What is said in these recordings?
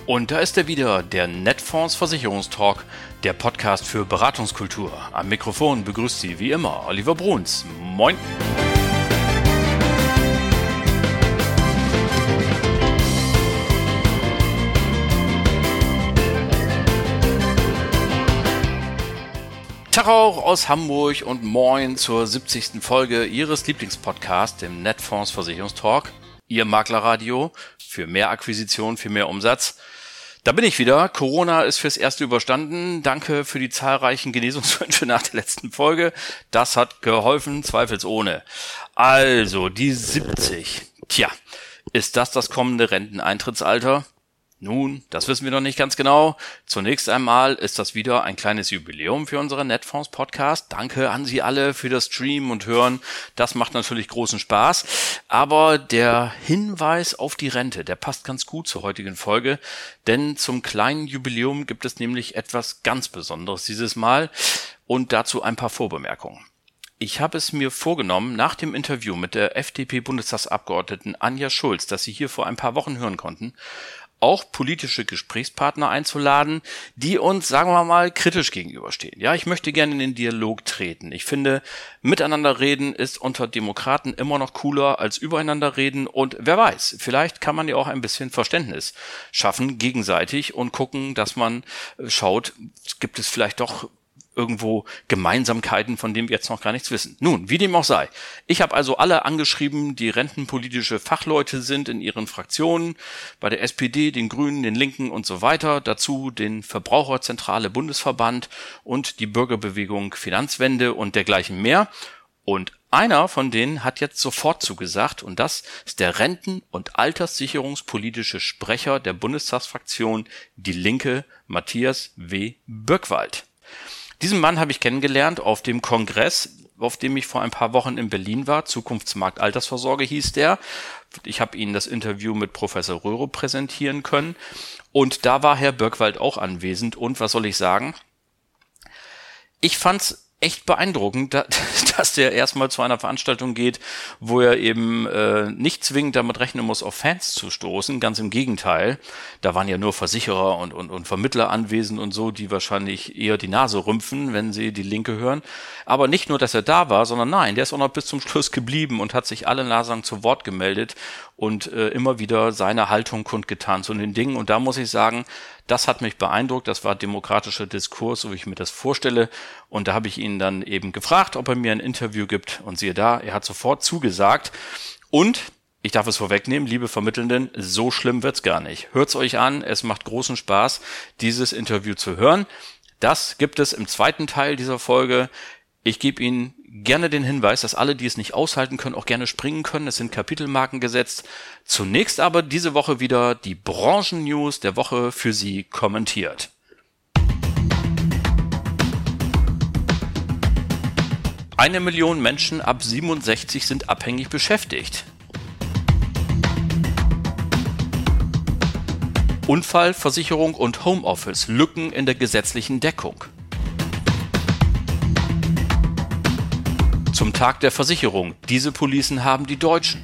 Und da ist er wieder, der Netfonds Versicherungstalk, der Podcast für Beratungskultur. Am Mikrofon begrüßt Sie wie immer Oliver Bruns. Moin! Tag auch aus Hamburg und moin zur 70. Folge Ihres Lieblingspodcasts, dem Netfonds Versicherungstalk. Ihr Maklerradio für mehr Akquisition, für mehr Umsatz. Da bin ich wieder. Corona ist fürs Erste überstanden. Danke für die zahlreichen Genesungswünsche nach der letzten Folge. Das hat geholfen, zweifelsohne. Also, die 70. Tja, ist das kommende Renteneintrittsalter? Nun, das wissen wir noch nicht ganz genau. Zunächst einmal ist das wieder ein kleines Jubiläum für unseren Netfonds-Podcast. Danke an Sie alle für das Streamen und Hören. Das macht natürlich großen Spaß. Aber der Hinweis auf die Rente, der passt ganz gut zur heutigen Folge. Denn zum kleinen Jubiläum gibt es nämlich etwas ganz Besonderes dieses Mal. Und dazu ein paar Vorbemerkungen. Ich habe es mir vorgenommen, nach dem Interview mit der FDP-Bundestagsabgeordneten Anja Schulz, das Sie hier vor ein paar Wochen hören konnten, auch politische Gesprächspartner einzuladen, die uns, sagen wir mal, kritisch gegenüberstehen. Ja, ich möchte gerne in den Dialog treten. Ich finde, miteinander reden ist unter Demokraten immer noch cooler als übereinander reden und wer weiß, vielleicht kann man ja auch ein bisschen Verständnis schaffen gegenseitig und gucken, dass man schaut, gibt es vielleicht doch irgendwo Gemeinsamkeiten, von denen wir jetzt noch gar nichts wissen. Nun, wie dem auch sei. Ich habe also alle angeschrieben, die rentenpolitische Fachleute sind in ihren Fraktionen, bei der SPD, den Grünen, den Linken und so weiter, dazu den Verbraucherzentrale Bundesverband und die Bürgerbewegung Finanzwende und dergleichen mehr. Und einer von denen hat jetzt sofort zugesagt und das ist der Renten- und Alterssicherungspolitische Sprecher der Bundestagsfraktion Die Linke, Matthias W. Birkwald. Diesen Mann habe ich kennengelernt auf dem Kongress, auf dem ich vor ein paar Wochen in Berlin war. Zukunftsmarkt Altersvorsorge hieß der. Ich habe Ihnen das Interview mit Professor Röhre präsentieren können. Und da war Herr Birkwald auch anwesend. Und was soll ich sagen? Ich fand's echt beeindruckend, dass der erstmal zu einer Veranstaltung geht, wo er eben nicht zwingend damit rechnen muss, auf Fans zu stoßen. Ganz im Gegenteil. Da waren ja nur Versicherer und Vermittler anwesend und so, die wahrscheinlich eher die Nase rümpfen, wenn sie die Linke hören. Aber nicht nur, dass er da war, sondern nein, der ist auch noch bis zum Schluss geblieben und hat sich alle Nasen zu Wort gemeldet und immer wieder seine Haltung kundgetan zu den Dingen. Und da muss ich sagen, das hat mich beeindruckt, das war demokratischer Diskurs, so wie ich mir das vorstelle. Und da habe ich ihn dann eben gefragt, ob er mir ein Interview gibt. Und siehe da, er hat sofort zugesagt. Und ich darf es vorwegnehmen, liebe Vermittelnden, so schlimm wird's gar nicht. Hört's euch an, es macht großen Spaß, dieses Interview zu hören. Das gibt es im zweiten Teil dieser Folge. Ich gebe Ihnen gerne den Hinweis, dass alle, die es nicht aushalten können, auch gerne springen können. Es sind Kapitelmarken gesetzt. Zunächst aber diese Woche wieder die Branchen-News der Woche für Sie kommentiert. Eine Million Menschen ab 67 sind abhängig beschäftigt. Unfallversicherung und Homeoffice, Lücken in der gesetzlichen Deckung. Zum Tag der Versicherung. Diese Policen haben die Deutschen.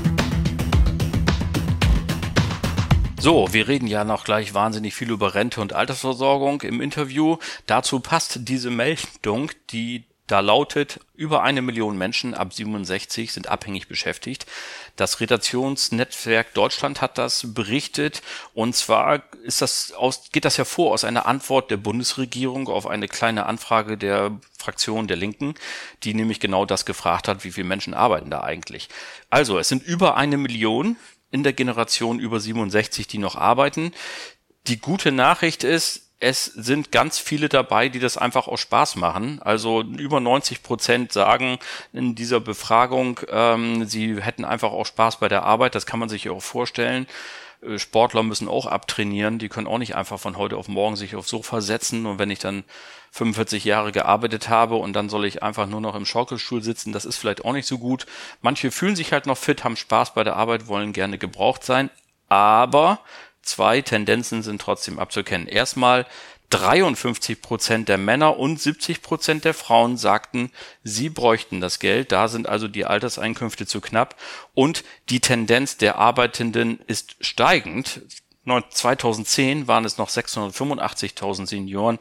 So, wir reden ja noch gleich wahnsinnig viel über Rente und Altersversorgung im Interview. Dazu passt diese Meldung, die da lautet, über 1 Million Menschen ab 67 sind abhängig beschäftigt. Das Redaktionsnetzwerk Deutschland hat das berichtet und zwar geht das hervor aus einer Antwort der Bundesregierung auf eine kleine Anfrage der Fraktion der Linken, die nämlich genau das gefragt hat, wie viele Menschen arbeiten da eigentlich. Also, es sind über 1 Million in der Generation über 67, die noch arbeiten. Die gute Nachricht ist, es sind ganz viele dabei, die das einfach aus Spaß machen. Also über 90% sagen in dieser Befragung, sie hätten einfach auch Spaß bei der Arbeit. Das kann man sich ja auch vorstellen. Sportler müssen auch abtrainieren. Die können auch nicht einfach von heute auf morgen sich aufs Sofa setzen. Und wenn ich dann 45 Jahre gearbeitet habe und dann soll ich einfach nur noch im Schaukelstuhl sitzen, das ist vielleicht auch nicht so gut. Manche fühlen sich halt noch fit, haben Spaß bei der Arbeit, wollen gerne gebraucht sein. Aber zwei Tendenzen sind trotzdem abzuerkennen. Erstmal 53% der Männer und 70% der Frauen sagten, sie bräuchten das Geld. Da sind also die Alterseinkünfte zu knapp. Und die Tendenz der Arbeitenden ist steigend. 2010 waren es noch 685.000 Senioren.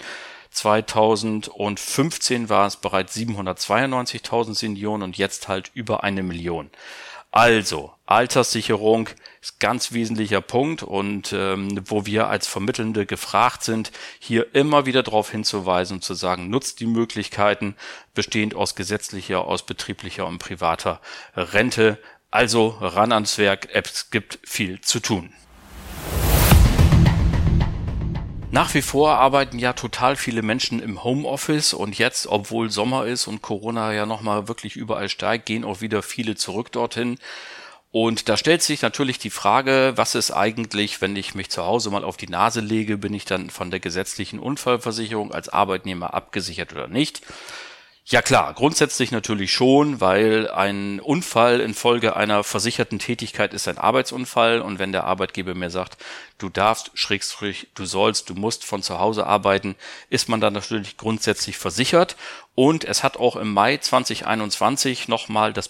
2015 war es bereits 792.000 Senioren und jetzt halt über 1 Million. Also, Alterssicherung ist ganz wesentlicher Punkt und wo wir als Vermittelnde gefragt sind, hier immer wieder darauf hinzuweisen und zu sagen, nutzt die Möglichkeiten, bestehend aus gesetzlicher, aus betrieblicher und privater Rente. Also ran ans Werk, es gibt viel zu tun. Nach wie vor arbeiten ja total viele Menschen im Homeoffice und jetzt, obwohl Sommer ist und Corona ja nochmal wirklich überall steigt, gehen auch wieder viele zurück dorthin. Und da stellt sich natürlich die Frage, was ist eigentlich, wenn ich mich zu Hause mal auf die Nase lege, bin ich dann von der gesetzlichen Unfallversicherung als Arbeitnehmer abgesichert oder nicht? Ja klar, grundsätzlich natürlich schon, weil ein Unfall infolge einer versicherten Tätigkeit ist ein Arbeitsunfall und wenn der Arbeitgeber mir sagt, du darfst, du sollst, du musst von zu Hause arbeiten, ist man dann natürlich grundsätzlich versichert. Und es hat auch im Mai 2021 nochmal das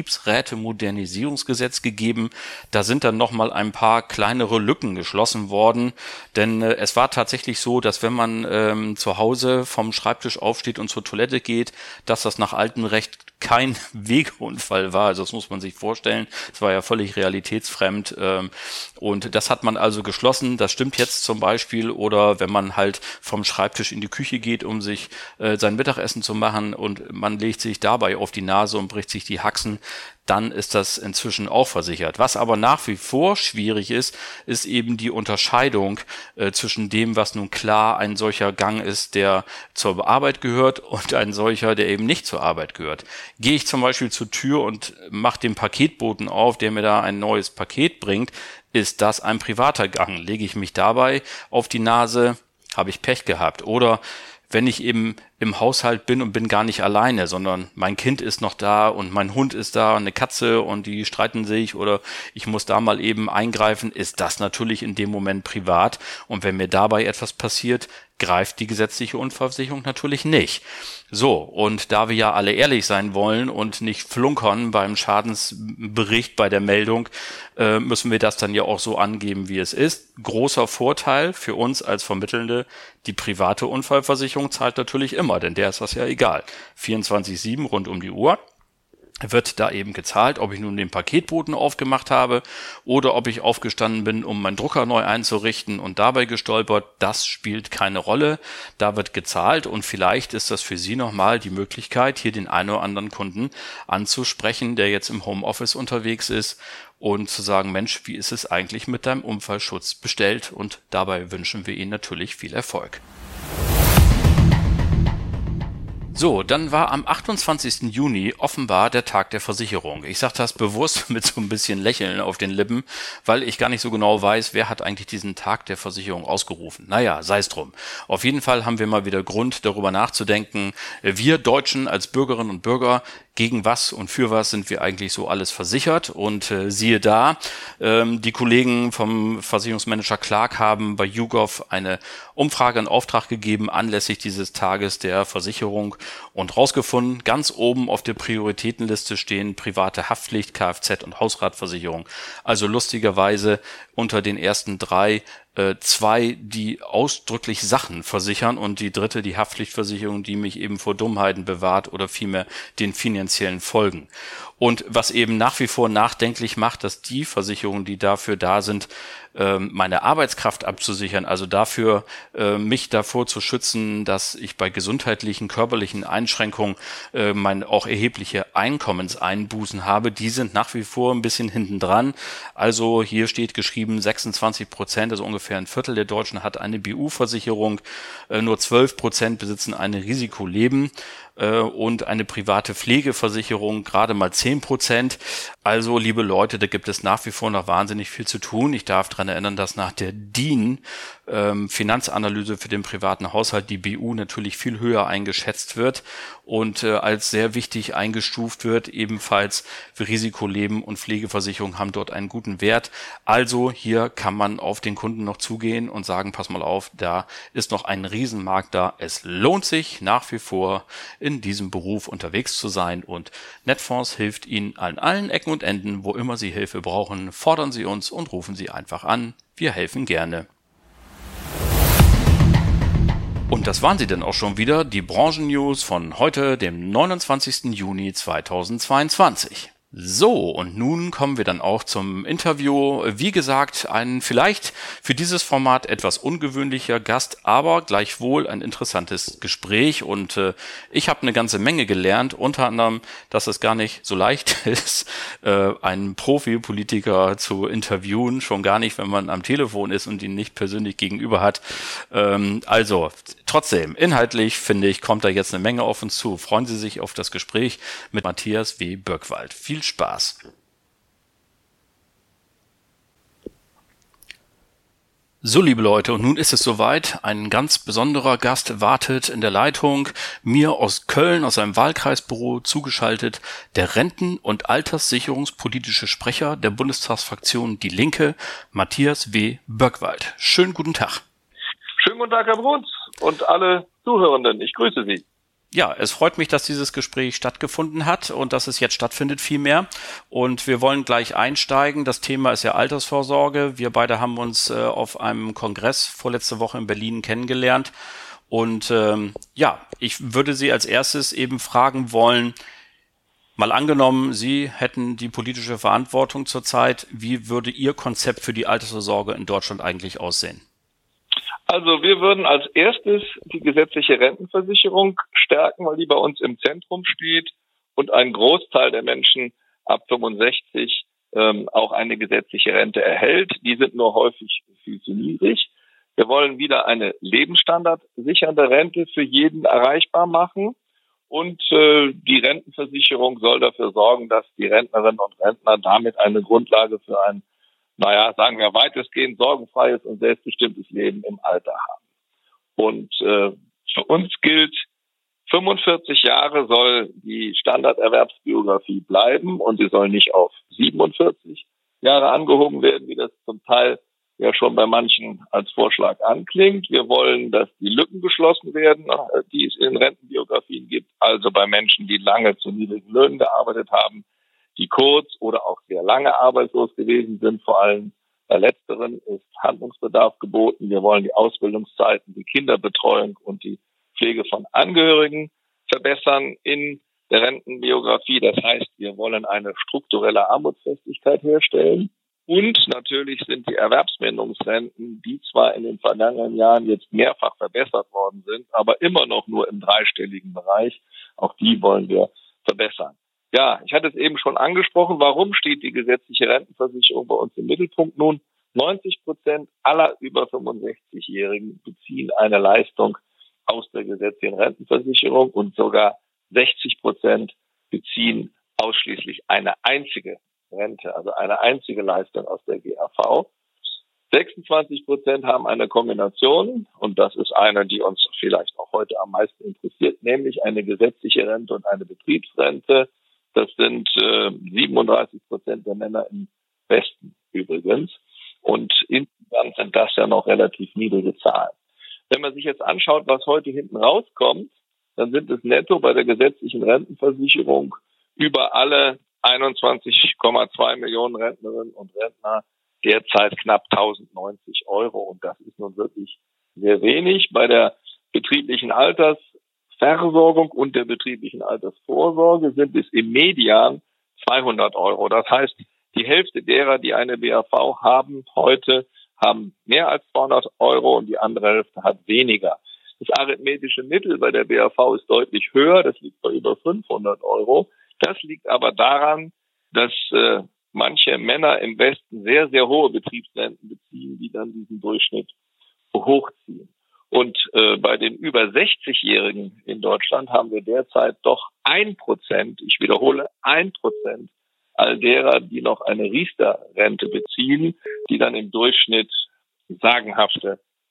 Betriebsräte-Modernisierungsgesetz gegeben. Da sind dann nochmal ein paar kleinere Lücken geschlossen worden. Denn es war tatsächlich so, dass wenn man zu Hause vom Schreibtisch aufsteht und zur Toilette geht, dass das nach altem Recht kein Wegeunfall war. Also das muss man sich vorstellen. Es war ja völlig realitätsfremd. Und das hat man also geschlossen. Das stimmt jetzt zum Beispiel. Oder wenn man halt vom Schreibtisch in die Küche geht, um sich sein Mittagessen zu machen und man legt sich dabei auf die Nase und bricht sich die Haxen, dann ist das inzwischen auch versichert. Was aber nach wie vor schwierig ist, ist eben die Unterscheidung zwischen dem, was nun klar ein solcher Gang ist, der zur Arbeit gehört und ein solcher, der eben nicht zur Arbeit gehört. Gehe ich zum Beispiel zur Tür und mache den Paketboten auf, der mir da ein neues Paket bringt, ist das ein privater Gang. Lege ich mich dabei auf die Nase, habe ich Pech gehabt. Oder wenn ich eben im Haushalt bin und bin gar nicht alleine, sondern mein Kind ist noch da und mein Hund ist da, eine Katze und die streiten sich oder ich muss da mal eben eingreifen, ist das natürlich in dem Moment privat. Und wenn mir dabei etwas passiert, greift die gesetzliche Unfallversicherung natürlich nicht. So, und da wir ja alle ehrlich sein wollen und nicht flunkern beim Schadensbericht, bei der Meldung, müssen wir das dann ja auch so angeben, wie es ist. Großer Vorteil für uns als Vermittelnde, die private Unfallversicherung zahlt natürlich immer, denn der ist das ja egal. 24/7 rund um die Uhr wird da eben gezahlt, ob ich nun den Paketboten aufgemacht habe oder ob ich aufgestanden bin, um meinen Drucker neu einzurichten und dabei gestolpert, das spielt keine Rolle. Da wird gezahlt und vielleicht ist das für Sie nochmal die Möglichkeit, hier den einen oder anderen Kunden anzusprechen, der jetzt im Homeoffice unterwegs ist und zu sagen, Mensch, wie ist es eigentlich mit deinem Unfallschutz bestellt? Und dabei wünschen wir Ihnen natürlich viel Erfolg. So, dann war am 28. Juni offenbar der Tag der Versicherung. Ich sage das bewusst mit so ein bisschen Lächeln auf den Lippen, weil ich gar nicht so genau weiß, wer hat eigentlich diesen Tag der Versicherung ausgerufen. Naja, sei es drum. Auf jeden Fall haben wir mal wieder Grund, darüber nachzudenken, wir Deutschen als Bürgerinnen und Bürger, gegen was und für was sind wir eigentlich so alles versichert. Und siehe da, die Kollegen vom Versicherungsmanager Clark haben bei YouGov eine Umfrage in Auftrag gegeben anlässlich dieses Tages der Versicherung und rausgefunden, ganz oben auf der Prioritätenliste stehen private Haftpflicht, Kfz und Hausratversicherung. Also lustigerweise unter den ersten 3 2, die ausdrücklich Sachen versichern und die dritte, die Haftpflichtversicherung, die mich eben vor Dummheiten bewahrt oder vielmehr den finanziellen Folgen. Und was eben nach wie vor nachdenklich macht, dass die Versicherungen, die dafür da sind, meine Arbeitskraft abzusichern, also dafür mich davor zu schützen, dass ich bei gesundheitlichen, körperlichen Einschränkungen auch erhebliche Einkommenseinbußen habe, die sind nach wie vor ein bisschen hinten dran. Also hier steht geschrieben, 26%, also ungefähr ein Viertel der Deutschen hat eine BU-Versicherung, nur 12% besitzen eine Risikoleben und eine private Pflegeversicherung gerade mal 10%. Also, liebe Leute, da gibt es nach wie vor noch wahnsinnig viel zu tun. Ich darf daran erinnern, dass nach der DIN Finanzanalyse für den privaten Haushalt, die BU, natürlich viel höher eingeschätzt wird und als sehr wichtig eingestuft wird. Ebenfalls für Risikoleben und Pflegeversicherung haben dort einen guten Wert. Also hier kann man auf den Kunden noch zugehen und sagen, pass mal auf, da ist noch ein Riesenmarkt da. Es lohnt sich nach wie vor in diesem Beruf unterwegs zu sein und Netfonds hilft Ihnen an allen Ecken und Enden, wo immer Sie Hilfe brauchen. Fordern Sie uns und rufen Sie einfach an. Wir helfen gerne. Und das waren sie denn auch schon wieder, die Branchen-News von heute, dem 29. Juni 2022. So, und nun kommen wir dann auch zum Interview. Wie gesagt, ein vielleicht für dieses Format etwas ungewöhnlicher Gast, aber gleichwohl ein interessantes Gespräch. Und ich habe eine ganze Menge gelernt, unter anderem, dass es gar nicht so leicht ist, einen Profi-Politiker zu interviewen, schon gar nicht, wenn man am Telefon ist und ihn nicht persönlich gegenüber hat. Also, trotzdem, inhaltlich, finde ich, kommt da jetzt eine Menge auf uns zu. Freuen Sie sich auf das Gespräch mit Matthias W. Birkwald. Viel Spaß. So, liebe Leute, und nun ist es soweit. Ein ganz besonderer Gast wartet in der Leitung. Mir aus Köln, aus seinem Wahlkreisbüro zugeschaltet, der Renten- und Alterssicherungspolitische Sprecher der Bundestagsfraktion Die Linke, Matthias W. Birkwald. Schönen guten Tag. Schönen guten Tag, Herr Bruns und alle Zuhörenden. Ich grüße Sie. Ja, es freut mich, dass dieses Gespräch stattgefunden hat und dass es jetzt stattfindet vielmehr. Und wir wollen gleich einsteigen. Das Thema ist ja Altersvorsorge. Wir beide haben uns auf einem Kongress vorletzte Woche in Berlin kennengelernt. Und ich würde Sie als erstes eben fragen wollen, mal angenommen, Sie hätten die politische Verantwortung zurzeit, wie würde Ihr Konzept für die Altersvorsorge in Deutschland eigentlich aussehen? Also wir würden als erstes die gesetzliche Rentenversicherung stärken, weil die bei uns im Zentrum steht und ein Großteil der Menschen ab 65 auch eine gesetzliche Rente erhält. Die sind nur häufig viel zu niedrig. Wir wollen wieder eine lebensstandardsichernde Rente für jeden erreichbar machen. Und die Rentenversicherung soll dafür sorgen, dass die Rentnerinnen und Rentner damit eine Grundlage für ein sagen wir, weitestgehend sorgenfreies und selbstbestimmtes Leben im Alter haben. Und für uns gilt, 45 Jahre soll die Standarderwerbsbiografie bleiben und sie soll nicht auf 47 Jahre angehoben werden, wie das zum Teil ja schon bei manchen als Vorschlag anklingt. Wir wollen, dass die Lücken geschlossen werden, die es in Rentenbiografien gibt, also bei Menschen, die lange zu niedrigen Löhnen gearbeitet haben, die kurz oder auch sehr lange arbeitslos gewesen sind. Vor allem bei Letzteren ist Handlungsbedarf geboten. Wir wollen die Ausbildungszeiten, die Kinderbetreuung und die Pflege von Angehörigen verbessern in der Rentenbiografie. Das heißt, wir wollen eine strukturelle Armutsfestigkeit herstellen. Und natürlich sind die Erwerbsminderungsrenten, die zwar in den vergangenen Jahren jetzt mehrfach verbessert worden sind, aber immer noch nur im dreistelligen Bereich. Auch die wollen wir verbessern. Ja, ich hatte es eben schon angesprochen. Warum steht die gesetzliche Rentenversicherung bei uns im Mittelpunkt? Nun, 90% aller über 65-Jährigen beziehen eine Leistung aus der gesetzlichen Rentenversicherung und sogar 60% beziehen ausschließlich eine einzige Rente, also eine einzige Leistung aus der GAV. 26% haben eine Kombination und das ist eine, die uns vielleicht auch heute am meisten interessiert, nämlich eine gesetzliche Rente und eine Betriebsrente. Das sind 37% der Männer im Westen übrigens. Und insgesamt sind das ja noch relativ niedrige Zahlen. Wenn man sich jetzt anschaut, was heute hinten rauskommt, dann sind es netto bei der gesetzlichen Rentenversicherung über alle 21,2 Millionen Rentnerinnen und Rentner derzeit knapp 1.090 Euro. Und das ist nun wirklich sehr wenig. Bei der betrieblichen Altersversorgung und der betrieblichen Altersvorsorge sind es im Median 200 Euro. Das heißt, die Hälfte derer, die eine BAV haben heute, haben mehr als 200 Euro und die andere Hälfte hat weniger. Das arithmetische Mittel bei der BAV ist deutlich höher. Das liegt bei über 500 Euro. Das liegt aber daran, dass manche Männer im Westen sehr, sehr hohe Betriebsrenten beziehen, die dann diesen Durchschnitt hochziehen. Und bei den über 60-Jährigen in Deutschland haben wir derzeit doch 1%, ich wiederhole 1%, all derer, die noch eine Riester-Rente beziehen, die dann im Durchschnitt sagenhafte 400 Euro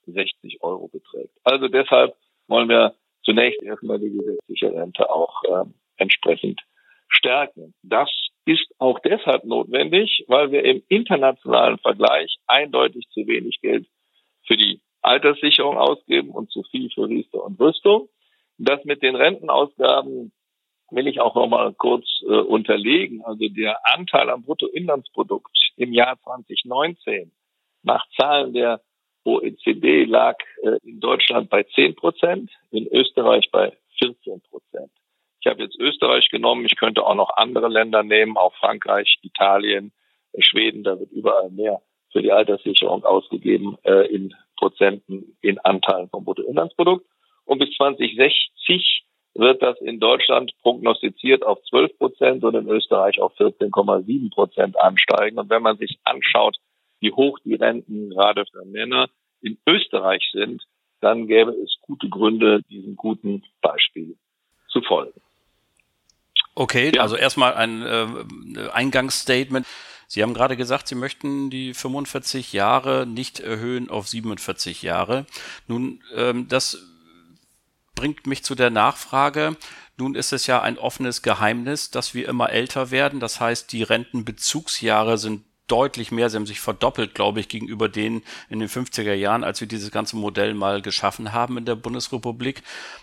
60 Euro beträgt. Also deshalb wollen wir zunächst erstmal die gesetzliche Rente auch entsprechend stärken. Das ist auch deshalb notwendig, weil wir im internationalen Vergleich eindeutig zu wenig Geld für die Alterssicherung ausgeben und zu viel für Riester und Rüstung. Das mit den Rentenausgaben will ich auch nochmal kurz unterlegen. Also der Anteil am Bruttoinlandsprodukt im Jahr 2019 nach Zahlen der OECD lag in Deutschland bei 10%, in Österreich bei 14%. Ich habe jetzt Österreich genommen, ich könnte auch noch andere Länder nehmen, auch Frankreich, Italien, Schweden, da wird überall mehr für die Alterssicherung ausgegeben in Prozenten, in Anteilen vom Bruttoinlandsprodukt. Und bis 2060 wird das in Deutschland prognostiziert auf 12% und in Österreich auf 14,7% ansteigen. Und wenn man sich anschaut, wie hoch die Renten gerade für Männer in Österreich sind, dann gäbe es gute Gründe, diesem guten Beispiel zu folgen. Okay, ja. Also erstmal ein Eingangsstatement. Sie haben gerade gesagt, Sie möchten die 45 Jahre nicht erhöhen auf 47 Jahre. Nun, das bringt mich zu der Nachfrage. Nun ist es ja ein offenes Geheimnis, dass wir immer älter werden. Das heißt, die Rentenbezugsjahre sind deutlich mehr. Sie haben sich verdoppelt, glaube ich, gegenüber denen in den 50er Jahren, als wir dieses ganze Modell mal geschaffen haben in der Bundesrepublik.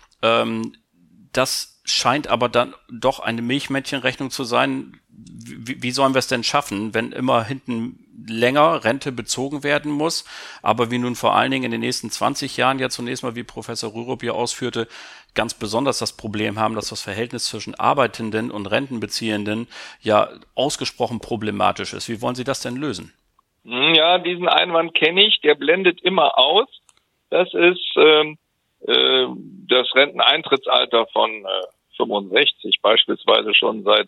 Das scheint aber dann doch eine Milchmädchenrechnung zu sein. Wie sollen wir es denn schaffen, wenn immer hinten länger Rente bezogen werden muss, aber wir nun vor allen Dingen in den nächsten 20 Jahren ja zunächst mal, wie Professor Rürup hier ausführte, ganz besonders das Problem haben, dass das Verhältnis zwischen Arbeitenden und Rentenbeziehenden ja ausgesprochen problematisch ist. Wie wollen Sie das denn lösen? Ja, diesen Einwand kenne ich, der blendet immer aus. Das ist das Renteneintrittsalter von 65 beispielsweise schon seit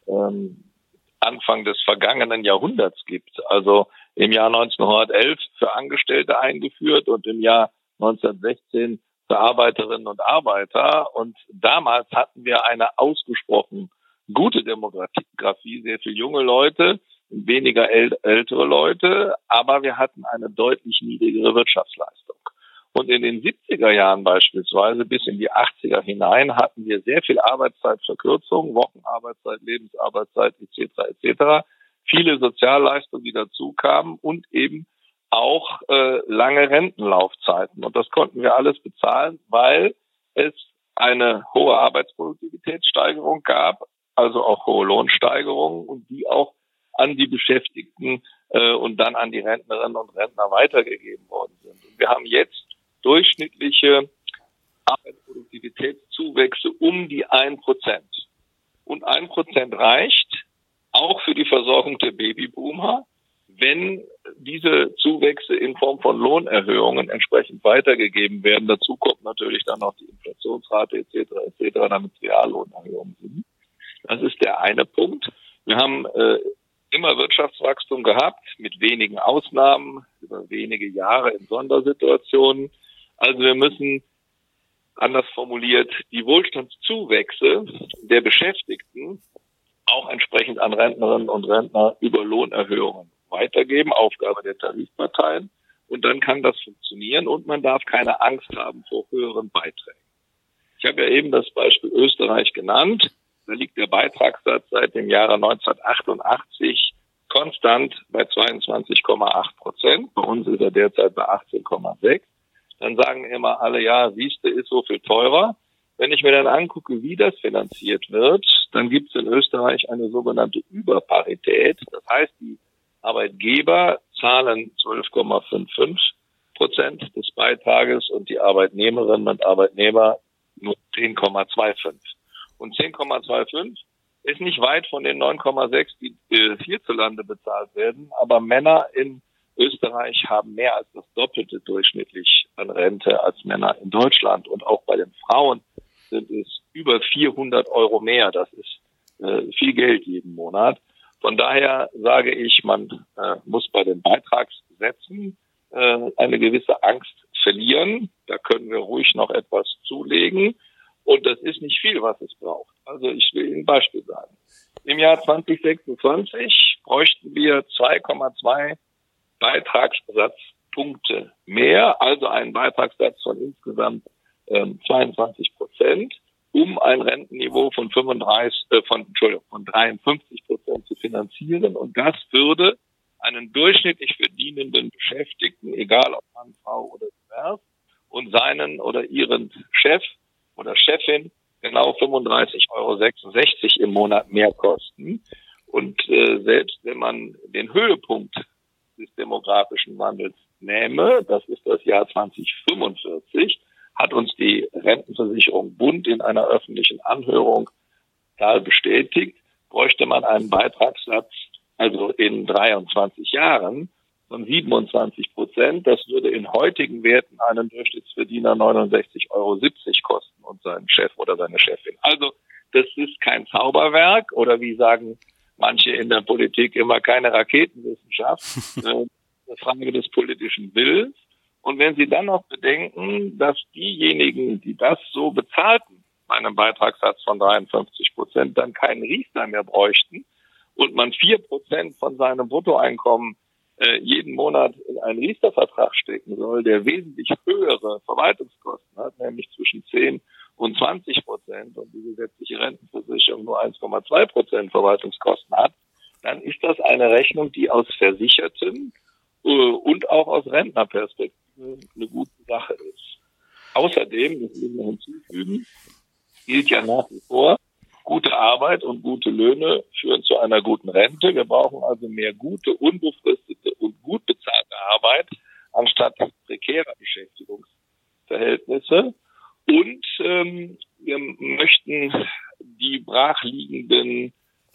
Anfang des vergangenen Jahrhunderts gibt. Also im Jahr 1911 für Angestellte eingeführt und im Jahr 1916 für Arbeiterinnen und Arbeiter. Und damals hatten wir eine ausgesprochen gute Demografie, sehr viele junge Leute, weniger ältere Leute, aber wir hatten eine deutlich niedrigere Wirtschaftsleistung. Und in den 70er Jahren beispielsweise bis in die 80er hinein hatten wir sehr viel Arbeitszeitverkürzung, Wochenarbeitszeit, Lebensarbeitszeit etc. Viele Sozialleistungen, die dazu kamen und eben auch lange Rentenlaufzeiten. Und das konnten wir alles bezahlen, weil es eine hohe Arbeitsproduktivitätssteigerung gab, also auch hohe Lohnsteigerungen und die auch an die Beschäftigten und dann an die Rentnerinnen und Rentner weitergegeben worden sind. Und wir haben jetzt durchschnittliche Arbeitsproduktivitätszuwächse um die 1%. Und 1% reicht auch für die Versorgung der Babyboomer, wenn diese Zuwächse in Form von Lohnerhöhungen entsprechend weitergegeben werden. Dazu kommt natürlich dann noch die Inflationsrate etc., damit Reallohnerhöhungen sind. Das ist der eine Punkt. Wir haben immer Wirtschaftswachstum gehabt, mit wenigen Ausnahmen, über wenige Jahre in Sondersituationen. Also wir müssen, anders formuliert, die Wohlstandszuwächse der Beschäftigten auch entsprechend an Rentnerinnen und Rentner über Lohnerhöhungen weitergeben, Aufgabe der Tarifparteien. Und dann kann das funktionieren und man darf keine Angst haben vor höheren Beiträgen. Ich habe ja eben das Beispiel Österreich genannt. Da liegt der Beitragssatz seit dem Jahre 1988 konstant bei 22,8%. Bei uns ist er derzeit bei 18,6%. Dann sagen immer alle, ja, siehste, ist so viel teurer. Wenn ich mir dann angucke, wie das finanziert wird, dann gibt es in Österreich eine sogenannte Überparität. Das heißt, die Arbeitgeber zahlen 12,55% des Beitrages und die Arbeitnehmerinnen und Arbeitnehmer nur 10,25%. Und 10,25 ist nicht weit von den 9,6, die hierzulande bezahlt werden. Aber Männer in Österreich haben mehr als das Doppelte durchschnittlich an Rente als Männer in Deutschland. Und auch bei den Frauen sind es über 400 Euro mehr. Das ist viel Geld jeden Monat. Von daher sage ich, man muss bei den Beitragssätzen eine gewisse Angst verlieren. Da können wir ruhig noch etwas zulegen. Und das ist nicht viel, was es braucht. Also ich will Ihnen ein Beispiel sagen. Im Jahr 2026 bräuchten wir 2,2 Beitragssatz Punkte mehr, also einen Beitragssatz von insgesamt 22%, um ein Rentenniveau von 53% zu finanzieren. Und das würde einen durchschnittlich verdienenden Beschäftigten, egal ob Mann, Frau oder divers, und seinen oder ihren Chef oder Chefin genau 35,66 € im Monat mehr kosten. Und selbst wenn man den Höhepunkt des demografischen Wandels nähme, das ist das Jahr 2045, hat uns die Rentenversicherung Bund in einer öffentlichen Anhörung bestätigt, bräuchte man einen Beitragssatz, also in 23 Jahren, von 27%. Das würde in heutigen Werten einen Durchschnittsverdiener 69,70 € kosten und seinen Chef oder seine Chefin. Also das ist kein Zauberwerk oder wie sagen manche in der Politik immer, keine Raketenwissenschaft. Eine Frage des politischen Willens. Und wenn Sie dann noch bedenken, dass diejenigen, die das so bezahlten, bei einem Beitragssatz von 53%, dann keinen Riester mehr bräuchten und man 4% von seinem Bruttoeinkommen jeden Monat in einen Riester-Vertrag stecken soll, der wesentlich höhere Verwaltungskosten hat, nämlich zwischen 10 und 20% und die gesetzliche Rentenversicherung nur 1,2% Verwaltungskosten hat, dann ist das eine Rechnung, die aus Versicherten und auch aus Rentnerperspektive eine gute Sache ist. Außerdem, das will ich noch hinzufügen, gilt ja nach wie vor, gute Arbeit und gute Löhne führen zu einer guten Rente. Wir brauchen also mehr gute, unbefristete und gut bezahlte Arbeit anstatt prekärer Beschäftigungsverhältnisse. Und wir möchten die brachliegenden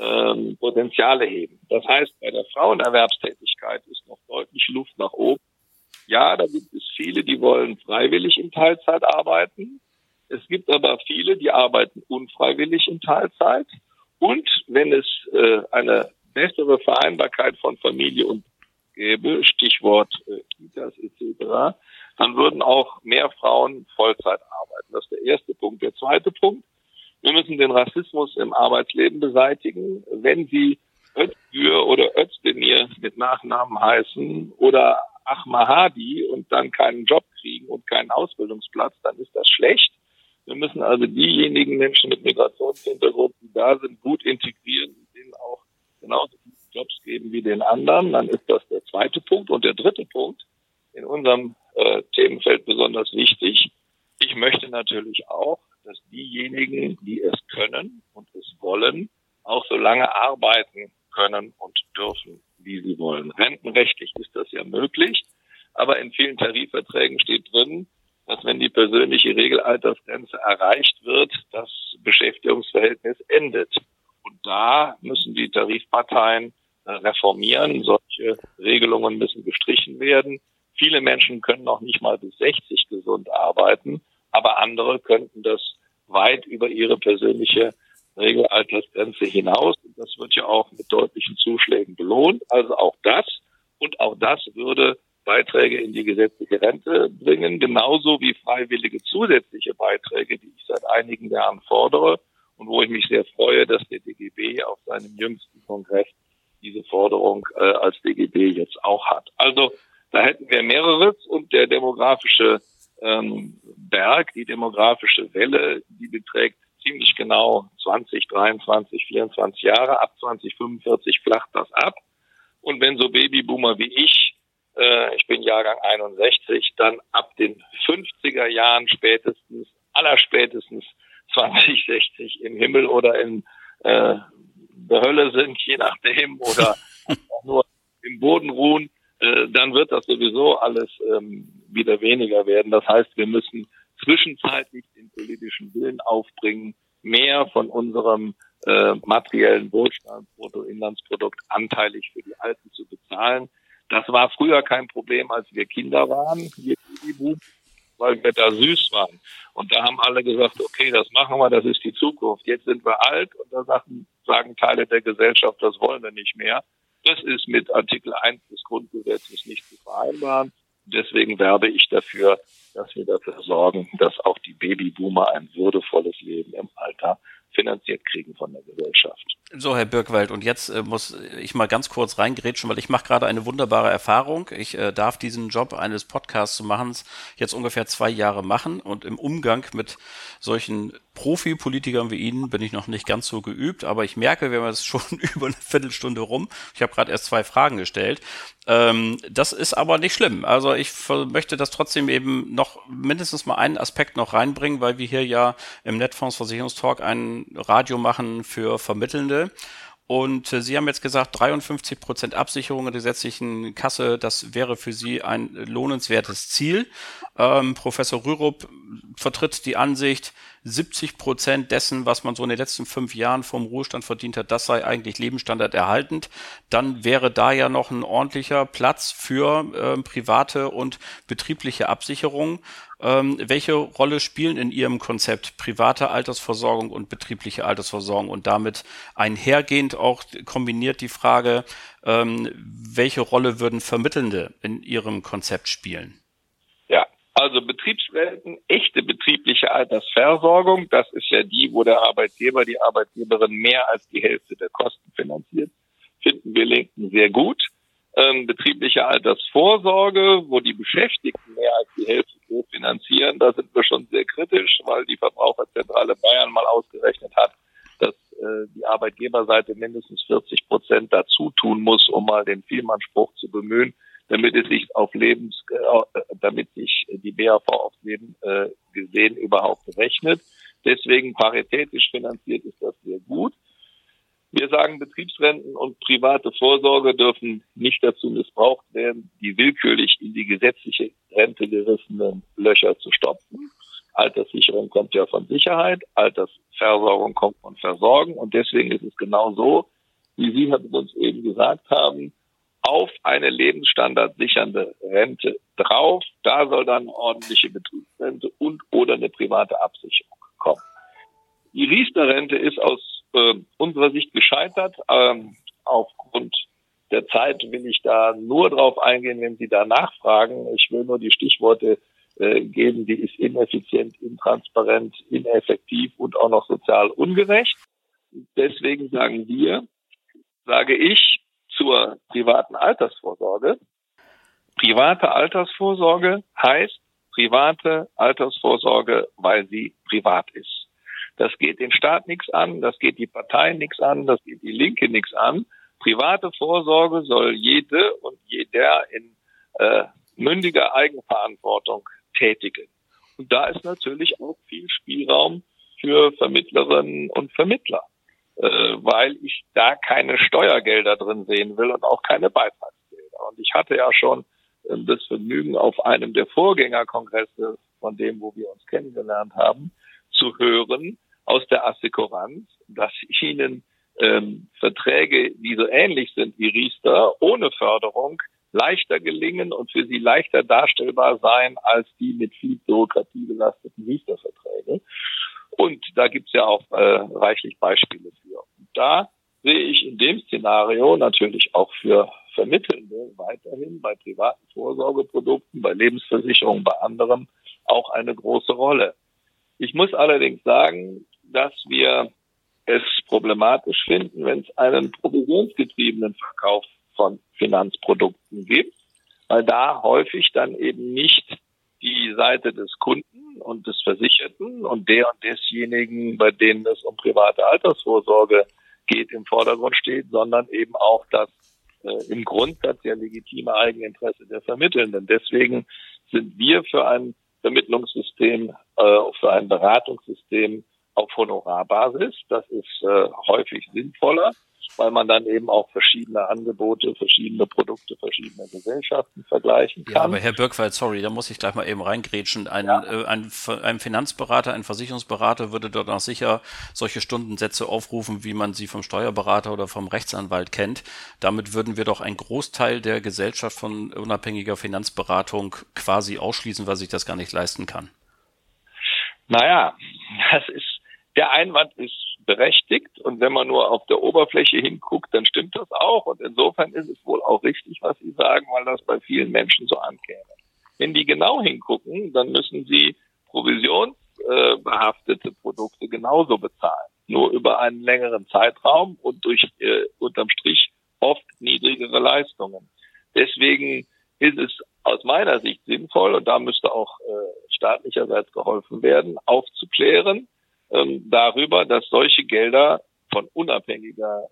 Potenziale heben. Das heißt, bei der Frauenerwerbstätigkeit ist noch deutlich Luft nach oben. Ja, da gibt es viele, die wollen freiwillig in Teilzeit arbeiten. Es gibt aber viele, die arbeiten unfreiwillig in Teilzeit. Und wenn es eine bessere Vereinbarkeit von Familie und gäbe, Stichwort Kitas etc., dann würden auch mehr Frauen Vollzeit arbeiten. Das ist der erste Punkt. Der zweite Punkt: Wir müssen den Rassismus im Arbeitsleben beseitigen. Wenn Sie Özgür oder Özdemir mit Nachnamen heißen oder Ahmadi und dann keinen Job kriegen und keinen Ausbildungsplatz, dann ist das schlecht. Wir müssen also diejenigen Menschen mit Migrationshintergrund, die da sind, gut integrieren und denen auch genauso viele Jobs geben wie den anderen. Dann ist das der zweite Punkt. Und der dritte Punkt, in unserem Themenfeld besonders wichtig: Ich möchte natürlich auch, dass diejenigen, die es können und es wollen, auch so lange arbeiten können und dürfen, wie sie wollen. Rentenrechtlich ist das ja möglich, aber in vielen Tarifverträgen steht drin, dass wenn die persönliche Regelaltersgrenze erreicht wird, das Beschäftigungsverhältnis endet. Und da müssen die Tarifparteien reformieren. Solche Regelungen müssen gestrichen werden. Viele Menschen können noch nicht mal bis 60 gesund arbeiten, aber andere könnten das weit über ihre persönliche Regelaltersgrenze hinaus. Und das wird ja auch mit deutlichen Zuschlägen belohnt. Also auch das würde Beiträge in die gesetzliche Rente bringen, genauso wie freiwillige zusätzliche Beiträge, die ich seit einigen Jahren fordere und wo ich mich sehr freue, dass der DGB auf seinem jüngsten Kongress diese Forderung als DGB jetzt auch hat. Also da hätten wir mehreres, und der demografische Berg, die demografische Welle, die beträgt ziemlich genau 20, 23, 24 Jahre. Ab 2045 flacht das ab. Und wenn so Babyboomer wie ich bin Jahrgang 61, dann ab den 50er Jahren allerspätestens 2060 im Himmel oder in der Hölle sind, je nachdem, oder nur im Boden ruhen, dann wird das sowieso alles wieder weniger werden. Das heißt, wir müssen zwischenzeitlich den politischen Willen aufbringen, mehr von unserem materiellen Wohlstand, Bruttoinlandsprodukt anteilig für die Alten zu bezahlen. Das war früher kein Problem, als wir Kinder waren, weil wir da süß waren. Und da haben alle gesagt, okay, das machen wir, das ist die Zukunft. Jetzt sind wir alt und da sagen Teile der Gesellschaft, das wollen wir nicht mehr. Das ist mit Artikel 1 des Grundgesetzes nicht zu vereinbaren. Deswegen werbe ich dafür, dass wir dafür sorgen, dass auch die Babyboomer ein würdevolles Leben im Alter finanziert kriegen von der Gesellschaft. So, Herr Birkwald, und jetzt muss ich mal ganz kurz reingrätschen, weil ich mache gerade eine wunderbare Erfahrung. Ich darf diesen Job eines Podcasts zu machen jetzt ungefähr 2 Jahre machen, und im Umgang mit solchen Profi-Politikern wie Ihnen bin ich noch nicht ganz so geübt, aber ich merke, wir haben jetzt schon über eine Viertelstunde rum. Ich habe gerade erst 2 Fragen gestellt. Das ist aber nicht schlimm. Also ich möchte das trotzdem eben noch mindestens mal einen Aspekt noch reinbringen, weil wir hier ja im Netfonds Versicherungstalk ein Radio machen für Vermittelnde. Und Sie haben jetzt gesagt, 53% Absicherung in der gesetzlichen Kasse, das wäre für Sie ein lohnenswertes Ziel. Professor Rürup vertritt die Ansicht, 70% dessen, was man so in den letzten 5 Jahren vom Ruhestand verdient hat, das sei eigentlich Lebensstandard erhaltend. Dann wäre da ja noch ein ordentlicher Platz für private und betriebliche Absicherung. Welche Rolle spielen in Ihrem Konzept private Altersversorgung und betriebliche Altersversorgung? Und damit einhergehend auch kombiniert die Frage, welche Rolle würden Vermittelnde in Ihrem Konzept spielen? Ja, also Betriebsrenten, echte betriebliche Altersversorgung, das ist ja die, wo der Arbeitgeber, die Arbeitgeberin mehr als die Hälfte der Kosten finanziert, finden wir Linken sehr gut. Betriebliche Altersvorsorge, wo die Beschäftigten mehr als die Hälfte finanzieren, da sind wir schon sehr kritisch, weil die Verbraucherzentrale Bayern mal ausgerechnet hat, dass die Arbeitgeberseite mindestens 40% dazu tun muss, um mal den Vielmannspruch zu bemühen, damit es sich damit sich die BAV aufs Leben gesehen überhaupt rechnet. Deswegen paritätisch finanziert ist das sehr gut. Wir sagen, Betriebsrenten und private Vorsorge dürfen nicht dazu missbraucht werden, die willkürlich in die gesetzliche Rente gerissenen Löcher zu stopfen. Alterssicherung kommt ja von Sicherheit, Altersversorgung kommt von Versorgen, und deswegen ist es genau so, wie Sie uns eben gesagt haben, auf eine lebensstandardsichernde Rente drauf, da soll dann eine ordentliche Betriebsrente und oder eine private Absicherung kommen. Die Riester-Rente ist aus unserer Sicht gescheitert. Aufgrund der Zeit will ich da nur drauf eingehen, wenn Sie da nachfragen. Ich will nur die Stichworte geben, die ist ineffizient, intransparent, ineffektiv und auch noch sozial ungerecht. Deswegen sage ich zur privaten Altersvorsorge. Private Altersvorsorge heißt private Altersvorsorge, weil sie privat ist. Das geht den Staat nichts an, das geht die Parteien nichts an, das geht die Linke nichts an. Private Vorsorge soll jede und jeder in mündiger Eigenverantwortung tätigen. Und da ist natürlich auch viel Spielraum für Vermittlerinnen und Vermittler, weil ich da keine Steuergelder drin sehen will und auch keine Beitragsgelder. Und ich hatte ja schon das Vergnügen, auf einem der Vorgängerkongresse, von dem, wo wir uns kennengelernt haben, zu hören aus der Assekuranz, dass ihnen Verträge, die so ähnlich sind wie Riester, ohne Förderung leichter gelingen und für sie leichter darstellbar sein als die mit viel Bürokratie belasteten Riester-Verträge. Und da gibt's ja auch reichlich Beispiele für. Und da sehe ich in dem Szenario natürlich auch für Vermittelnde weiterhin bei privaten Vorsorgeprodukten, bei Lebensversicherungen, bei anderem auch eine große Rolle. Ich muss allerdings sagen, dass wir es problematisch finden, wenn es einen provisionsgetriebenen Verkauf von Finanzprodukten gibt, weil da häufig dann eben nicht die Seite des Kunden und des Versicherten und desjenigen, bei denen es um private Altersvorsorge geht, im Vordergrund steht, sondern eben auch das im Grundsatz ja legitime Eigeninteresse der Vermittelnden. Deswegen sind wir für ein Vermittlungssystem, für ein Beratungssystem auf Honorarbasis. Das ist häufig sinnvoller, weil man dann eben auch verschiedene Angebote, verschiedene Produkte, verschiedene Gesellschaften vergleichen kann. Ja, aber Herr Birkwald, sorry, da muss ich gleich mal eben reingrätschen. Ein Finanzberater, ein Versicherungsberater würde dort auch sicher solche Stundensätze aufrufen, wie man sie vom Steuerberater oder vom Rechtsanwalt kennt. Damit würden wir doch einen Großteil der Gesellschaft von unabhängiger Finanzberatung quasi ausschließen, weil sich das gar nicht leisten kann. Naja, der Einwand ist berechtigt, und wenn man nur auf der Oberfläche hinguckt, dann stimmt das auch, und insofern ist es wohl auch richtig, was Sie sagen, weil das bei vielen Menschen so ankäme. Wenn die genau hingucken, dann müssen sie provisionsbehaftete Produkte genauso bezahlen. nur über einen längeren Zeitraum und durch unterm Strich oft niedrigere Leistungen. Deswegen ist es aus meiner Sicht sinnvoll, und da müsste auch staatlicherseits geholfen werden, aufzuklären darüber, dass solche Gelder von unabhängiger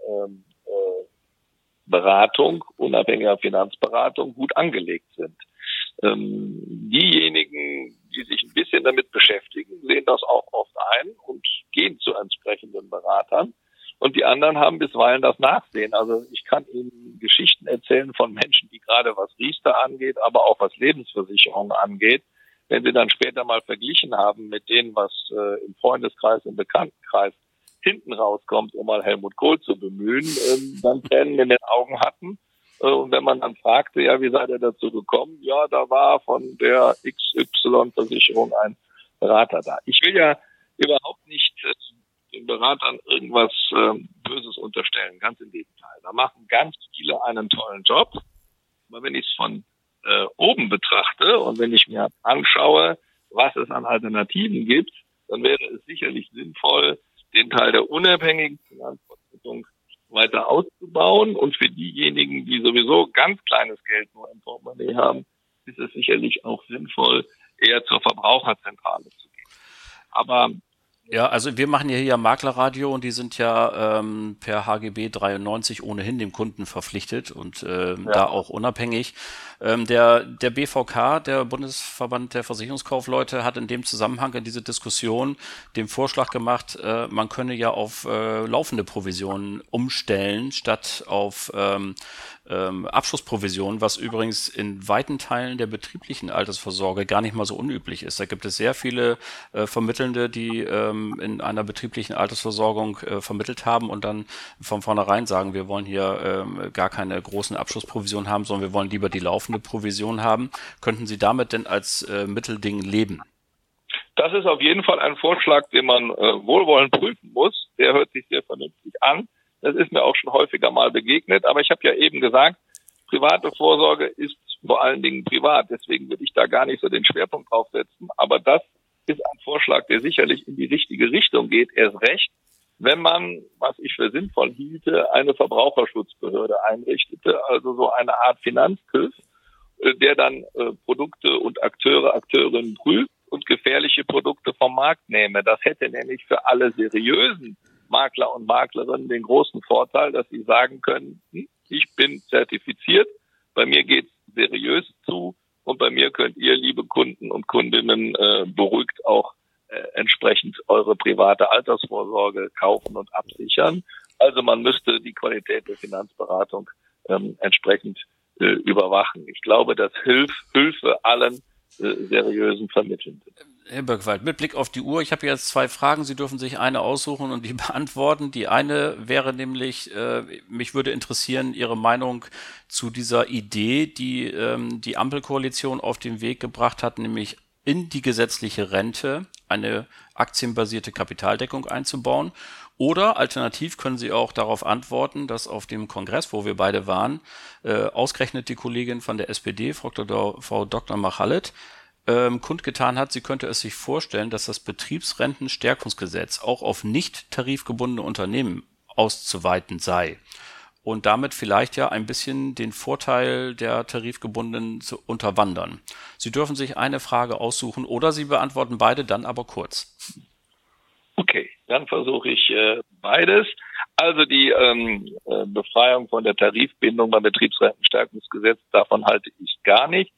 Beratung, unabhängiger Finanzberatung gut angelegt sind. Diejenigen, die sich ein bisschen damit beschäftigen, sehen das auch oft ein und gehen zu entsprechenden Beratern. Und die anderen haben bisweilen das Nachsehen. Also ich kann Ihnen Geschichten erzählen von Menschen, die gerade was Riester angeht, aber auch was Lebensversicherungen angeht. Wenn sie dann später mal verglichen haben mit denen, was im Freundeskreis, im Bekanntenkreis hinten rauskommt, um mal Helmut Kohl zu bemühen, dann Tränen in den Augen hatten. Und wenn man dann fragte, ja, wie seid ihr dazu gekommen? Ja, da war von der XY-Versicherung ein Berater da. Ich will ja überhaupt nicht den Beratern irgendwas Böses unterstellen, ganz im Gegenteil. Da machen ganz viele einen tollen Job. Aber wenn ich es von oben betrachte und wenn ich mir anschaue, was es an Alternativen gibt, dann wäre es sicherlich sinnvoll, den Teil der unabhängigen Finanzverwaltung weiter auszubauen. Und für diejenigen, die sowieso ganz kleines Geld nur im Portemonnaie haben, ist es sicherlich auch sinnvoll, eher zur Verbraucherzentrale zu gehen. Aber ja, also wir machen ja hier Maklerradio und die sind ja per HGB 93 ohnehin dem Kunden verpflichtet und da auch unabhängig. Der BVK, der Bundesverband der Versicherungskaufleute, hat in dem Zusammenhang in diese Diskussion den Vorschlag gemacht, man könne ja auf laufende Provisionen umstellen, statt auf Abschlussprovisionen, was übrigens in weiten Teilen der betrieblichen Altersvorsorge gar nicht mal so unüblich ist. Da gibt es sehr viele Vermittelnde, die in einer betrieblichen Altersversorgung vermittelt haben und dann von vornherein sagen, wir wollen hier gar keine großen Abschlussprovisionen haben, sondern wir wollen lieber die laufende Provision haben. Könnten Sie damit denn als Mittelding leben? Das ist auf jeden Fall ein Vorschlag, den man wohlwollend prüfen muss. Der hört sich sehr vernünftig an. Das ist mir auch schon häufiger mal begegnet. Aber ich habe ja eben gesagt, private Vorsorge ist vor allen Dingen privat. Deswegen würde ich da gar nicht so den Schwerpunkt drauf setzen. Aber das ist ein Vorschlag, der sicherlich in die richtige Richtung geht. Erst recht, wenn man, was ich für sinnvoll hielte, eine Verbraucherschutzbehörde einrichtete, also so eine Art Finanzküss, der dann Produkte und Akteurinnen prüft und gefährliche Produkte vom Markt nehme. Das hätte nämlich für alle seriösen Makler und Maklerinnen den großen Vorteil, dass sie sagen können, ich bin zertifiziert, bei mir geht's seriös zu und bei mir könnt ihr, liebe Kunden und Kundinnen, beruhigt auch entsprechend eure private Altersvorsorge kaufen und absichern. Also man müsste die Qualität der Finanzberatung entsprechend überwachen. Ich glaube, das hilfe allen seriösen Vermittelnden. Herr Birkwald, mit Blick auf die Uhr, ich habe jetzt 2 Fragen. Sie dürfen sich eine aussuchen und die beantworten. Die eine wäre nämlich, mich würde interessieren, Ihre Meinung zu dieser Idee, die die Ampelkoalition auf den Weg gebracht hat, nämlich in die gesetzliche Rente eine aktienbasierte Kapitaldeckung einzubauen. Oder alternativ können Sie auch darauf antworten, dass auf dem Kongress, wo wir beide waren, ausgerechnet die Kollegin von der SPD, Frau Dr. Machallet, kundgetan hat, sie könnte es sich vorstellen, dass das Betriebsrentenstärkungsgesetz auch auf nicht tarifgebundene Unternehmen auszuweiten sei und damit vielleicht ja ein bisschen den Vorteil der tarifgebundenen zu unterwandern. Sie dürfen sich eine Frage aussuchen oder Sie beantworten beide, dann aber kurz. Okay, dann versuche ich beides. Also die Befreiung von der Tarifbindung beim Betriebsrentenstärkungsgesetz, davon halte ich gar nichts.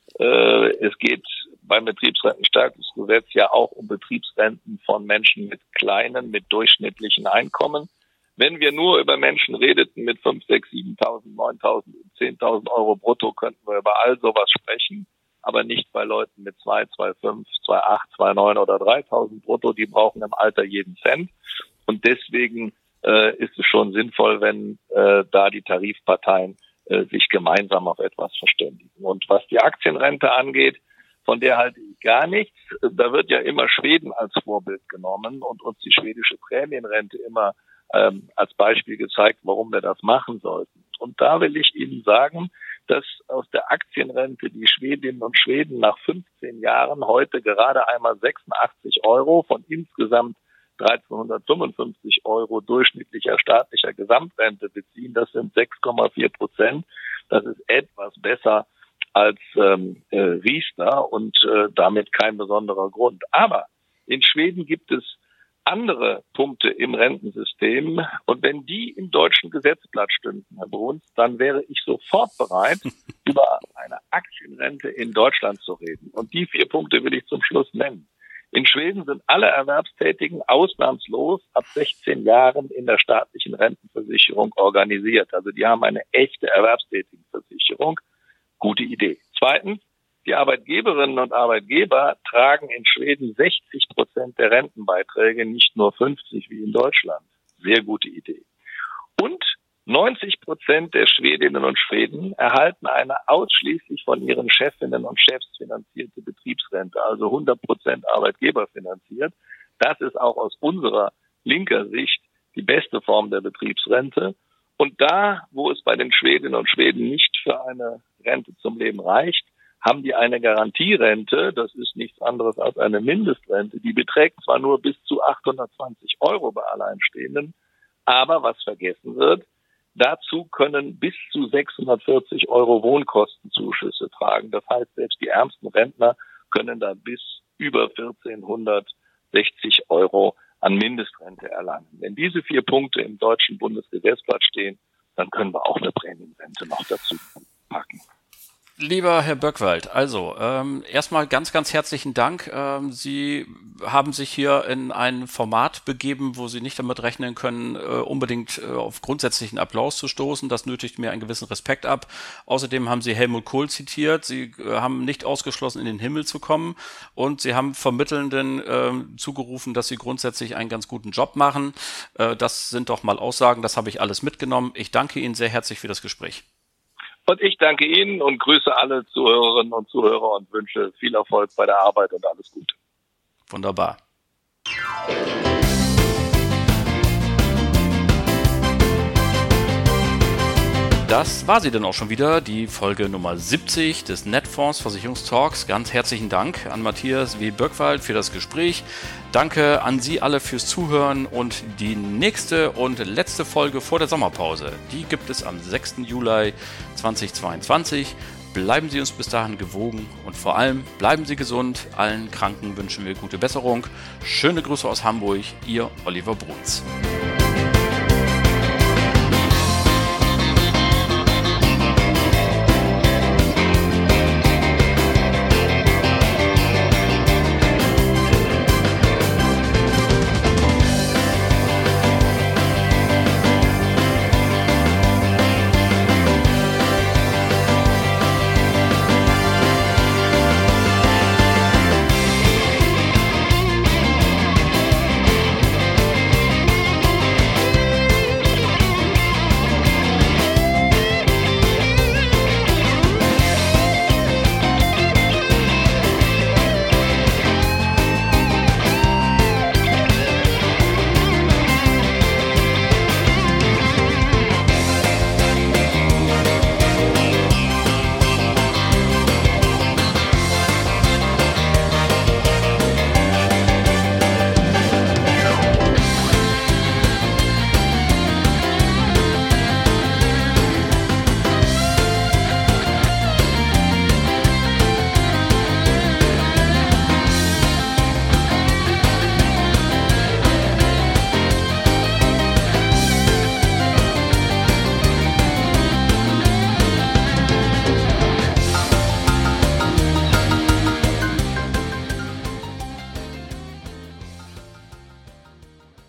Es geht beim Betriebsrentenstärkungsgesetz ja auch um Betriebsrenten von Menschen mit kleinen, mit durchschnittlichen Einkommen. Wenn wir nur über Menschen redeten mit 5, 6, 7.000, 9.000, 10.000 Euro brutto, könnten wir über all sowas sprechen, aber nicht bei Leuten mit 2, 2,5, 2,8, 2,9 oder 3.000 brutto. Die brauchen im Alter jeden Cent. Und deswegen ist es schon sinnvoll, wenn da die Tarifparteien sich gemeinsam auf etwas verständigen. Und was die Aktienrente angeht, von der halte ich gar nichts. Da wird ja immer Schweden als Vorbild genommen und uns die schwedische Prämienrente immer als Beispiel gezeigt, warum wir das machen sollten. Und da will ich Ihnen sagen, dass aus der Aktienrente die Schwedinnen und Schweden nach 15 Jahren heute gerade einmal 86 Euro von insgesamt 1.355 € durchschnittlicher staatlicher Gesamtrente beziehen. Das sind 6,4%. Das ist etwas besser als Riester und damit kein besonderer Grund. Aber in Schweden gibt es andere Punkte im Rentensystem. Und wenn die im deutschen Gesetzblatt stünden, Herr Bruns, dann wäre ich sofort bereit, über eine Aktienrente in Deutschland zu reden. Und die 4 Punkte will ich zum Schluss nennen. In Schweden sind alle Erwerbstätigen ausnahmslos ab 16 Jahren in der staatlichen Rentenversicherung organisiert. Also die haben eine echte Erwerbstätigenversicherung. Gute Idee. Zweitens, die Arbeitgeberinnen und Arbeitgeber tragen in Schweden 60% der Rentenbeiträge, nicht nur 50 wie in Deutschland. Sehr gute Idee. Und 90% der Schwedinnen und Schweden erhalten eine ausschließlich von ihren Chefinnen und Chefs finanzierte Betriebsrente, also 100% Arbeitgeber finanziert. Das ist auch aus unserer linker Sicht die beste Form der Betriebsrente. Und da, wo es bei den Schwedinnen und Schweden nicht für eine Rente zum Leben reicht, haben die eine Garantierente, das ist nichts anderes als eine Mindestrente, die beträgt zwar nur bis zu 820 € bei Alleinstehenden, aber was vergessen wird, dazu können bis zu 640 € Wohnkostenzuschüsse tragen. Das heißt, selbst die ärmsten Rentner können da bis über 1460 € an Mindestrente erlangen. Wenn diese 4 Punkte im deutschen Bundesgesetzblatt stehen, dann können wir auch eine Prämienrente noch dazu packen. Lieber Herr Böckwald, also erstmal ganz, ganz herzlichen Dank. Sie haben sich hier in ein Format begeben, wo Sie nicht damit rechnen können, unbedingt auf grundsätzlichen Applaus zu stoßen. Das nötigt mir einen gewissen Respekt ab. Außerdem haben Sie Helmut Kohl zitiert. Sie haben nicht ausgeschlossen, in den Himmel zu kommen. Und Sie haben Vermittelnden zugerufen, dass Sie grundsätzlich einen ganz guten Job machen. Das sind doch mal Aussagen, das habe ich alles mitgenommen. Ich danke Ihnen sehr herzlich für das Gespräch. Und ich danke Ihnen und grüße alle Zuhörerinnen und Zuhörer und wünsche viel Erfolg bei der Arbeit und alles Gute. Wunderbar. Das war sie dann auch schon wieder, die Folge Nummer 70 des Netfonds Versicherungstalks. Ganz herzlichen Dank an Matthias W. Böckwald für das Gespräch. Danke an Sie alle fürs Zuhören und die nächste und letzte Folge vor der Sommerpause, die gibt es am 6. Juli 2022. Bleiben Sie uns bis dahin gewogen und vor allem bleiben Sie gesund. Allen Kranken wünschen wir gute Besserung. Schöne Grüße aus Hamburg, Ihr Oliver Bruns.